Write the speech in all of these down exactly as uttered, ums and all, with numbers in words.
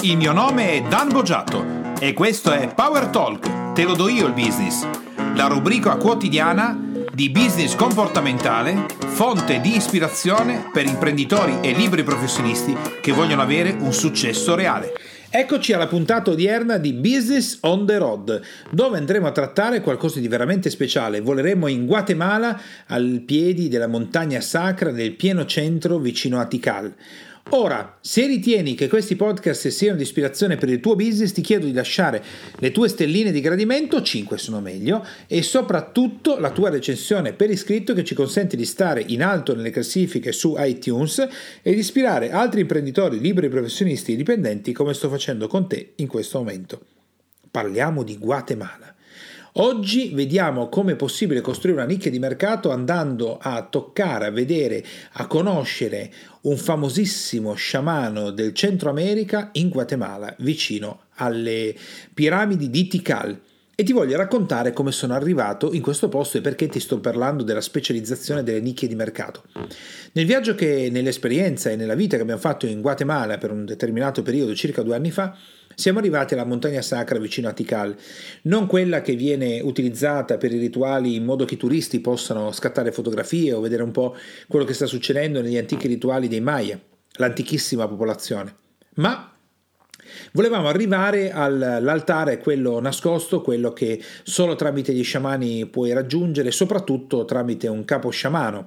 Il mio nome è Dan Boggiato e questo è Power Talk, te lo do io il business, la rubrica quotidiana di business comportamentale, fonte di ispirazione per imprenditori e liberi professionisti che vogliono avere un successo reale. Eccoci alla puntata odierna di Business on the Road, dove andremo a trattare qualcosa di veramente speciale. Voleremo in Guatemala, al piedi della montagna sacra nel pieno centro vicino a Tikal. Ora, se ritieni che questi podcast siano di ispirazione per il tuo business, ti chiedo di lasciare le tue stelline di gradimento, cinque sono meglio, e soprattutto la tua recensione per iscritto che ci consente di stare in alto nelle classifiche su iTunes e di ispirare altri imprenditori, liberi professionisti e dipendenti come sto facendo con te in questo momento. Parliamo di Guatemala. Oggi vediamo come è possibile costruire una nicchia di mercato andando a toccare, a vedere, a conoscere un famosissimo sciamano del Centro America in Guatemala, vicino alle piramidi di Tikal. E ti voglio raccontare come sono arrivato in questo posto e perché ti sto parlando della specializzazione delle nicchie di mercato. Nel viaggio che, nell'esperienza e nella vita che abbiamo fatto in Guatemala per un determinato periodo, circa due anni fa, siamo arrivati alla montagna sacra vicino a Tikal, non quella che viene utilizzata per i rituali in modo che i turisti possano scattare fotografie o vedere un po' quello che sta succedendo negli antichi rituali dei Maya, l'antichissima popolazione, ma volevamo arrivare all'altare, quello nascosto, quello che solo tramite gli sciamani puoi raggiungere, soprattutto tramite un capo sciamano.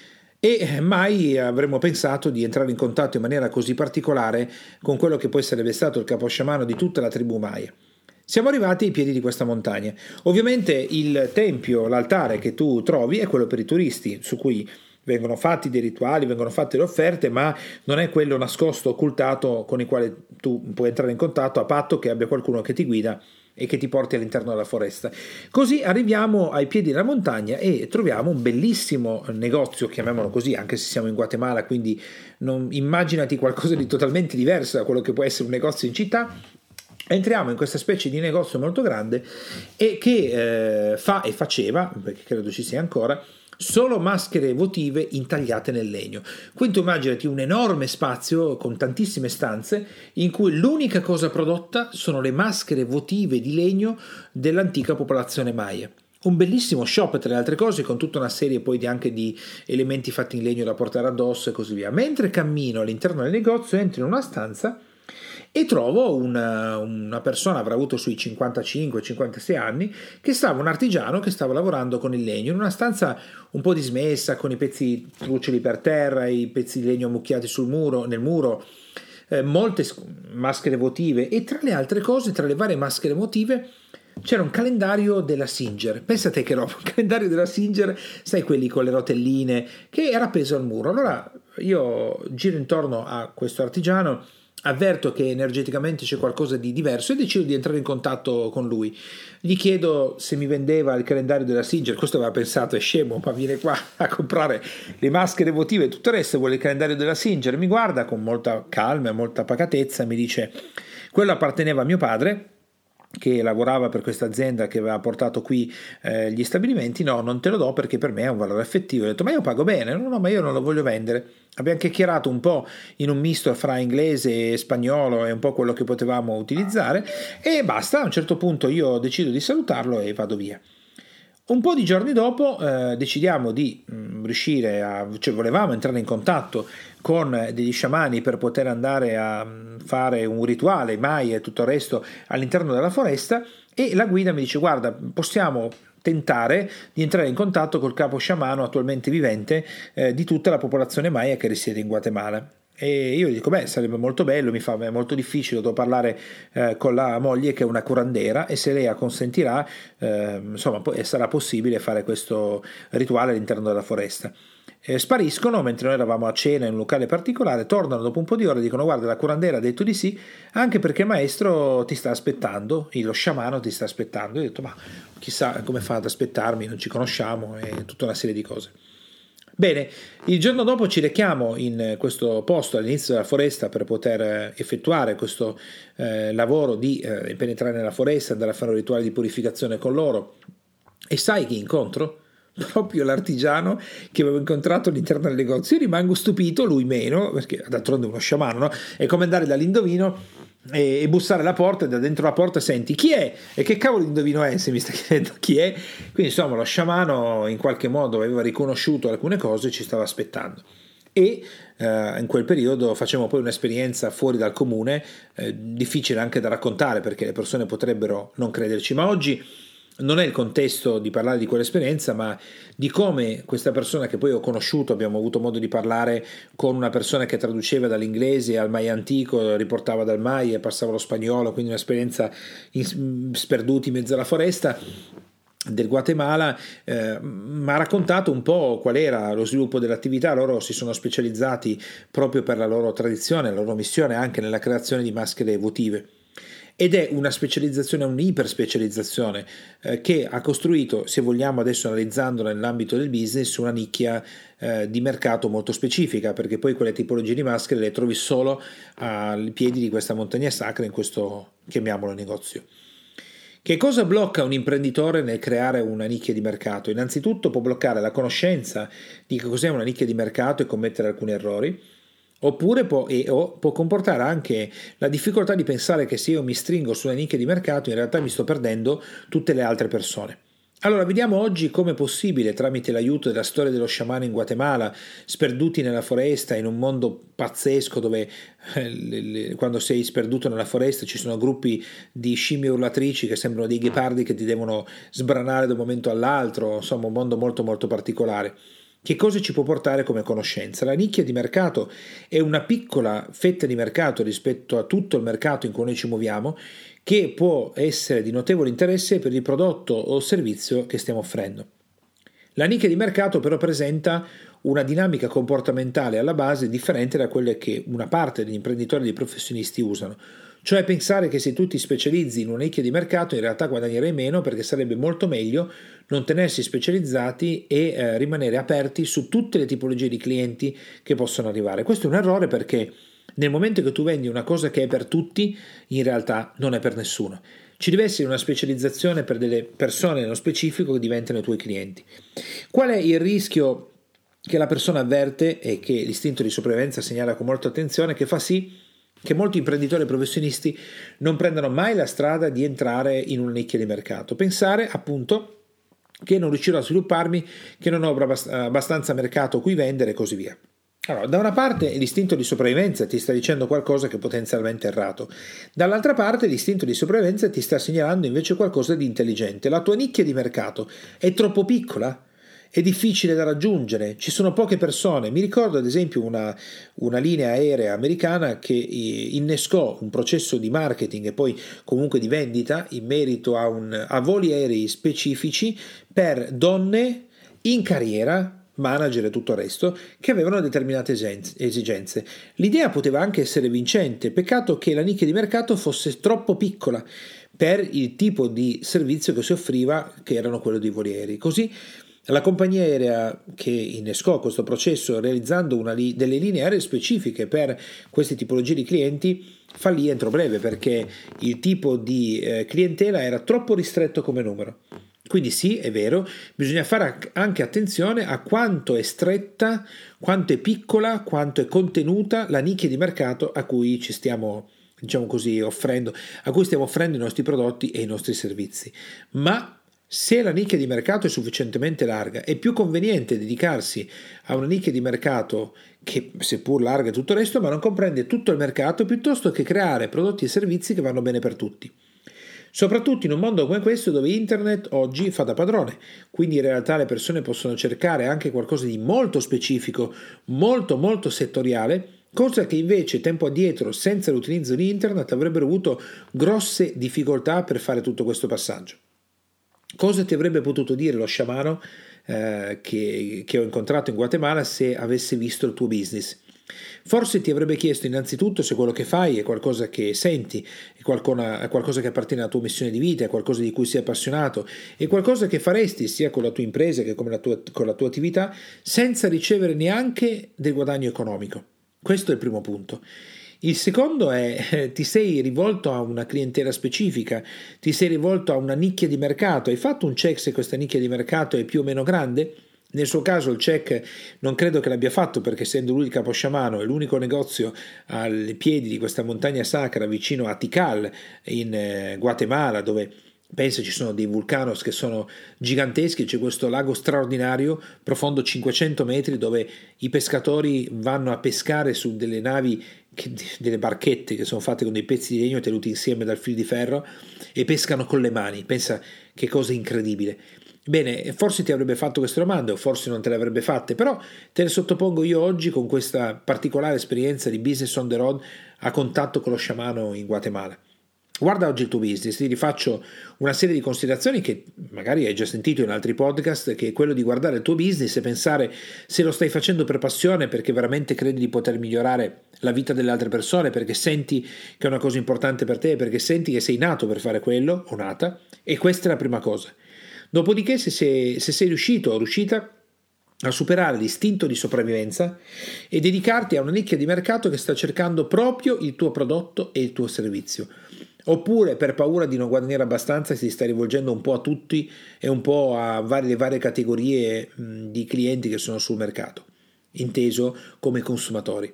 E mai avremmo pensato di entrare in contatto in maniera così particolare con quello che poi sarebbe stato il capo sciamano di tutta la tribù Maya. Siamo arrivati ai piedi di questa montagna. Ovviamente il tempio, l'altare che tu trovi è quello per i turisti, su cui vengono fatti dei rituali, vengono fatte le offerte, ma non è quello nascosto, occultato, con il quale tu puoi entrare in contatto a patto che abbia qualcuno che ti guida e che ti porti all'interno della foresta. Così arriviamo ai piedi della montagna e troviamo un bellissimo negozio, chiamiamolo così, anche se siamo in Guatemala, quindi non, immaginati qualcosa di totalmente diverso da quello che può essere un negozio in città. Entriamo in questa specie di negozio molto grande e che eh, fa e faceva, perché credo ci sia ancora, solo maschere votive intagliate nel legno. Quindi immaginati un enorme spazio con tantissime stanze in cui l'unica cosa prodotta sono le maschere votive di legno dell'antica popolazione Maya. Un bellissimo shop, tra le altre cose, con tutta una serie poi di anche di elementi fatti in legno da portare addosso e così via. Mentre cammino all'interno del negozio, entro in una stanza e trovo una, una persona, avrà avuto sui cinquantacinque cinquantasei anni, che stava, un artigiano che stava lavorando con il legno in una stanza un po' dismessa, con i pezzi trucoli per terra, i pezzi di legno ammucchiati sul muro, nel muro, eh, molte maschere votive e tra le altre cose, tra le varie maschere votive, c'era un calendario della Singer. Pensate che roba, un calendario della Singer, sai, quelli con le rotelline, che era appeso al muro. Allora io giro intorno a questo artigiano, avverto che energeticamente c'è qualcosa di diverso e decido di entrare in contatto con lui. Gli chiedo se mi vendeva il calendario della Singer. Questo aveva pensato, è scemo, ma viene qua a comprare le maschere votive e tutto il resto, vuole il calendario della Singer. Mi guarda con molta calma e molta pacatezza e mi dice: quello apparteneva a mio padre, che lavorava per questa azienda che aveva portato qui eh, gli stabilimenti. No, non te lo do perché per me è un valore affettivo. Ho detto: ma io pago bene. No, no, ma io non lo voglio vendere. Abbiamo chiacchierato un po' in un misto fra inglese e spagnolo e un po' quello che potevamo utilizzare e basta. A un certo punto io decido di salutarlo e vado via. Un po' di giorni dopo eh, decidiamo di mh, riuscire a, cioè volevamo entrare in contatto con degli sciamani per poter andare a mh, fare un rituale, mai e tutto il resto all'interno della foresta, e la guida mi dice: guarda, possiamo tentare di entrare in contatto col capo sciamano attualmente vivente eh, di tutta la popolazione Maya che risiede in Guatemala. E io gli dico: beh, sarebbe molto bello, mi fa è molto difficile, devo parlare eh, con la moglie che è una curandera e se lei acconsentirà eh, insomma poi sarà possibile fare questo rituale all'interno della foresta. Eh, spariscono mentre noi eravamo a cena in un locale particolare, tornano dopo un po' di ore e dicono: guarda, la curandera ha detto di sì, anche perché il maestro ti sta aspettando, lo sciamano ti sta aspettando. Io ho detto: ma chissà come fa ad aspettarmi, non ci conosciamo, e tutta una serie di cose. Bene, il giorno dopo ci rechiamo in questo posto all'inizio della foresta per poter effettuare questo eh, lavoro di eh, penetrare nella foresta, andare a fare un rituale di purificazione con loro. E sai chi incontro? Proprio l'artigiano che avevo incontrato all'interno del negozio. Io rimango stupito, lui meno, perché d'altronde uno sciamano, no? È come andare dall'indovino e, e bussare alla porta, e da dentro la porta senti chi è e che cavolo di indovino è, se mi sta chiedendo chi è. Quindi insomma lo sciamano in qualche modo aveva riconosciuto alcune cose e ci stava aspettando. E eh, in quel periodo facevamo poi un'esperienza fuori dal comune, eh, difficile anche da raccontare perché le persone potrebbero non crederci, ma oggi non è il contesto di parlare di quell'esperienza, ma di come questa persona che poi ho conosciuto, abbiamo avuto modo di parlare con una persona che traduceva dall'inglese al mai antico, riportava dal mai e passava allo spagnolo, quindi un'esperienza in, sperduti in mezzo alla foresta del Guatemala, eh, mi ha raccontato un po' qual era lo sviluppo dell'attività. Loro si sono specializzati proprio per la loro tradizione, la loro missione anche nella creazione di maschere votive. Ed è una specializzazione, un'iperspecializzazione eh, che ha costruito, se vogliamo adesso analizzandola nell'ambito del business, una nicchia eh, di mercato molto specifica, perché poi quelle tipologie di maschere le trovi solo ai piedi di questa montagna sacra, in questo, chiamiamolo, negozio. Che cosa blocca un imprenditore nel creare una nicchia di mercato? Innanzitutto può bloccare la conoscenza di che cos'è una nicchia di mercato e commettere alcuni errori. Oppure può, e, o può comportare anche la difficoltà di pensare che se io mi stringo sulla nicchia di mercato in realtà mi sto perdendo tutte le altre persone. Allora vediamo oggi come è possibile, tramite l'aiuto della storia dello sciamano in Guatemala, sperduti nella foresta in un mondo pazzesco dove eh, le, le, quando sei sperduto nella foresta ci sono gruppi di scimmie urlatrici che sembrano dei ghepardi che ti devono sbranare da un momento all'altro, insomma un mondo molto molto particolare. Che cosa ci può portare come conoscenza? La nicchia di mercato è una piccola fetta di mercato rispetto a tutto il mercato in cui noi ci muoviamo, che può essere di notevole interesse per il prodotto o servizio che stiamo offrendo. La nicchia di mercato però presenta una dinamica comportamentale alla base differente da quelle che una parte degli imprenditori e dei professionisti usano. Cioè pensare che se tu ti specializzi in una nicchia di mercato in realtà guadagnerai meno, perché sarebbe molto meglio non tenersi specializzati e eh, rimanere aperti su tutte le tipologie di clienti che possono arrivare. Questo è un errore, perché nel momento che tu vendi una cosa che è per tutti, in realtà non è per nessuno. Ci deve essere una specializzazione per delle persone nello specifico che diventano i tuoi clienti. Qual è il rischio che la persona avverte e che l'istinto di sopravvivenza segnala con molta attenzione, che fa sì che molti imprenditori e professionisti non prendano mai la strada di entrare in una nicchia di mercato? Pensare appunto che non riuscirò a svilupparmi, che non ho abbastanza mercato a cui vendere e così via. Allora, da una parte l'istinto di sopravvivenza ti sta dicendo qualcosa che è potenzialmente errato, dall'altra parte l'istinto di sopravvivenza ti sta segnalando invece qualcosa di intelligente. La tua nicchia di mercato è troppo piccola? È difficile da raggiungere, ci sono poche persone. Mi ricordo ad esempio una, una linea aerea americana che innescò un processo di marketing e poi comunque di vendita in merito a, un, a voli aerei specifici per donne in carriera, manager e tutto il resto, che avevano determinate esigenze. L'idea poteva anche essere vincente, peccato che la nicchia di mercato fosse troppo piccola per il tipo di servizio che si offriva, che erano quello dei voli aerei. Così la compagnia aerea che innescò questo processo realizzando una li- delle linee aeree specifiche per queste tipologie di clienti fallì entro breve, perché il tipo di eh, clientela era troppo ristretto come numero. Quindi sì, è vero, bisogna fare anche attenzione a quanto è stretta, quanto è piccola, quanto è contenuta la nicchia di mercato a cui ci stiamo, diciamo così, offrendo, a cui stiamo offrendo i nostri prodotti e i nostri servizi. Ma se la nicchia di mercato è sufficientemente larga, è più conveniente dedicarsi a una nicchia di mercato che, seppur larga e tutto il resto, ma non comprende tutto il mercato, piuttosto che creare prodotti e servizi che vanno bene per tutti. Soprattutto in un mondo come questo, dove internet oggi fa da padrone, quindi in realtà le persone possono cercare anche qualcosa di molto specifico, molto molto settoriale, cosa che invece tempo addietro, senza l'utilizzo di internet, avrebbero avuto grosse difficoltà per fare tutto questo passaggio. Cosa ti avrebbe potuto dire lo sciamano eh, che, che ho incontrato in Guatemala se avesse visto il tuo business? Forse ti avrebbe chiesto innanzitutto se quello che fai è qualcosa che senti, è qualcosa, è qualcosa che appartiene alla tua missione di vita, è qualcosa di cui sei appassionato, è qualcosa che faresti sia con la tua impresa che con la tua, con la tua attività senza ricevere neanche del guadagno economico. Questo è il primo punto. Il secondo è eh, ti sei rivolto a una clientela specifica, ti sei rivolto a una nicchia di mercato, hai fatto un check se questa nicchia di mercato è più o meno grande? Nel suo caso il check non credo che l'abbia fatto, perché essendo lui il caposciamano è l'unico negozio ai piedi di questa montagna sacra vicino a Tikal in Guatemala, dove penso ci sono dei vulcanos che sono giganteschi. C'è questo lago straordinario profondo cinquecento metri dove i pescatori vanno a pescare su delle navi, che, delle barchette che sono fatte con dei pezzi di legno tenuti insieme dal fil di ferro, e pescano con le mani. Pensa che cosa incredibile. Bene, forse ti avrebbe fatto queste domande o forse non te le avrebbe fatte, però te le sottopongo io oggi con questa particolare esperienza di business on the road a contatto con lo sciamano in Guatemala. Guarda oggi il tuo business, ti rifaccio una serie di considerazioni che magari hai già sentito in altri podcast, che è quello di guardare il tuo business e pensare se lo stai facendo per passione, perché veramente credi di poter migliorare la vita delle altre persone, perché senti che è una cosa importante per te, perché senti che sei nato per fare quello o nata, e questa è la prima cosa. Dopodiché se sei, se sei riuscito o riuscita a superare l'istinto di sopravvivenza e dedicarti a una nicchia di mercato che sta cercando proprio il tuo prodotto e il tuo servizio, oppure per paura di non guadagnare abbastanza si sta rivolgendo un po' a tutti e un po' a varie, varie categorie mh, di clienti che sono sul mercato, inteso come consumatori.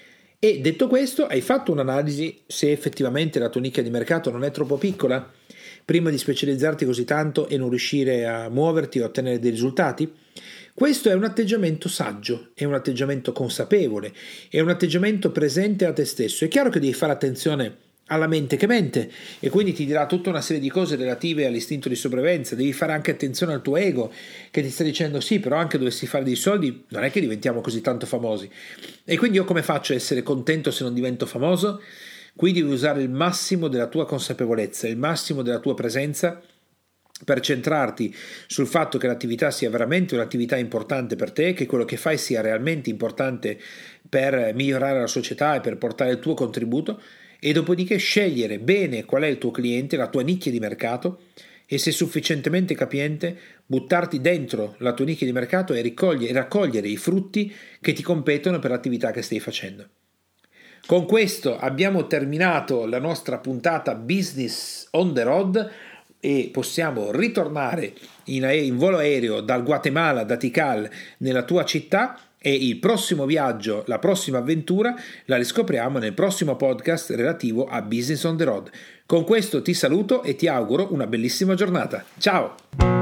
E detto questo, hai fatto un'analisi se effettivamente la tua nicchia di mercato non è troppo piccola prima di specializzarti così tanto e non riuscire a muoverti o ottenere dei risultati? Questo è un atteggiamento saggio, è un atteggiamento consapevole, è un atteggiamento presente a te stesso. È chiaro che devi fare attenzione alla mente che mente, e quindi ti dirà tutta una serie di cose relative all'istinto di sopravvivenza. Devi fare anche attenzione al tuo ego che ti sta dicendo sì, però anche dovessi fare dei soldi non è che diventiamo così tanto famosi, e quindi io come faccio a essere contento se non divento famoso? Qui devi usare il massimo della tua consapevolezza, il massimo della tua presenza per centrarti sul fatto che l'attività sia veramente un'attività importante per te, che quello che fai sia realmente importante per migliorare la società e per portare il tuo contributo, e dopodiché scegliere bene qual è il tuo cliente, la tua nicchia di mercato, e se sufficientemente capiente buttarti dentro la tua nicchia di mercato e raccogliere, raccogliere i frutti che ti competono per l'attività che stai facendo. Con questo abbiamo terminato la nostra puntata Business on the Road e possiamo ritornare in, ae- in volo aereo dal Guatemala, da Tikal, nella tua città, e il prossimo viaggio, la prossima avventura la riscopriamo nel prossimo podcast relativo a Business on the Road. Con questo ti saluto e ti auguro una bellissima giornata. Ciao!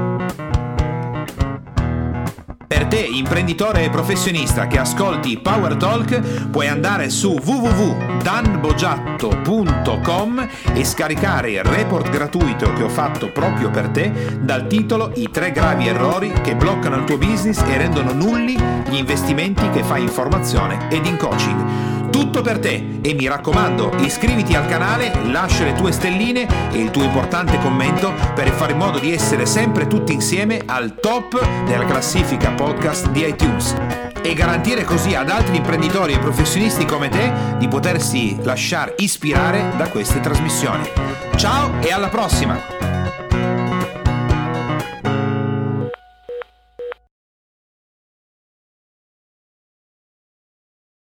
Per te, imprenditore e professionista che ascolti Power Talk, puoi andare su w w w punto dan bogiatto punto com e scaricare il report gratuito che ho fatto proprio per te dal titolo I tre gravi errori che bloccano il tuo business e rendono nulli gli investimenti che fai in formazione ed in coaching. Tutto per te, e mi raccomando, iscriviti al canale, lascia le tue stelline e il tuo importante commento per fare in modo di essere sempre tutti insieme al top della classifica podcast di iTunes e garantire così ad altri imprenditori e professionisti come te di potersi lasciare ispirare da queste trasmissioni. Ciao e alla prossima!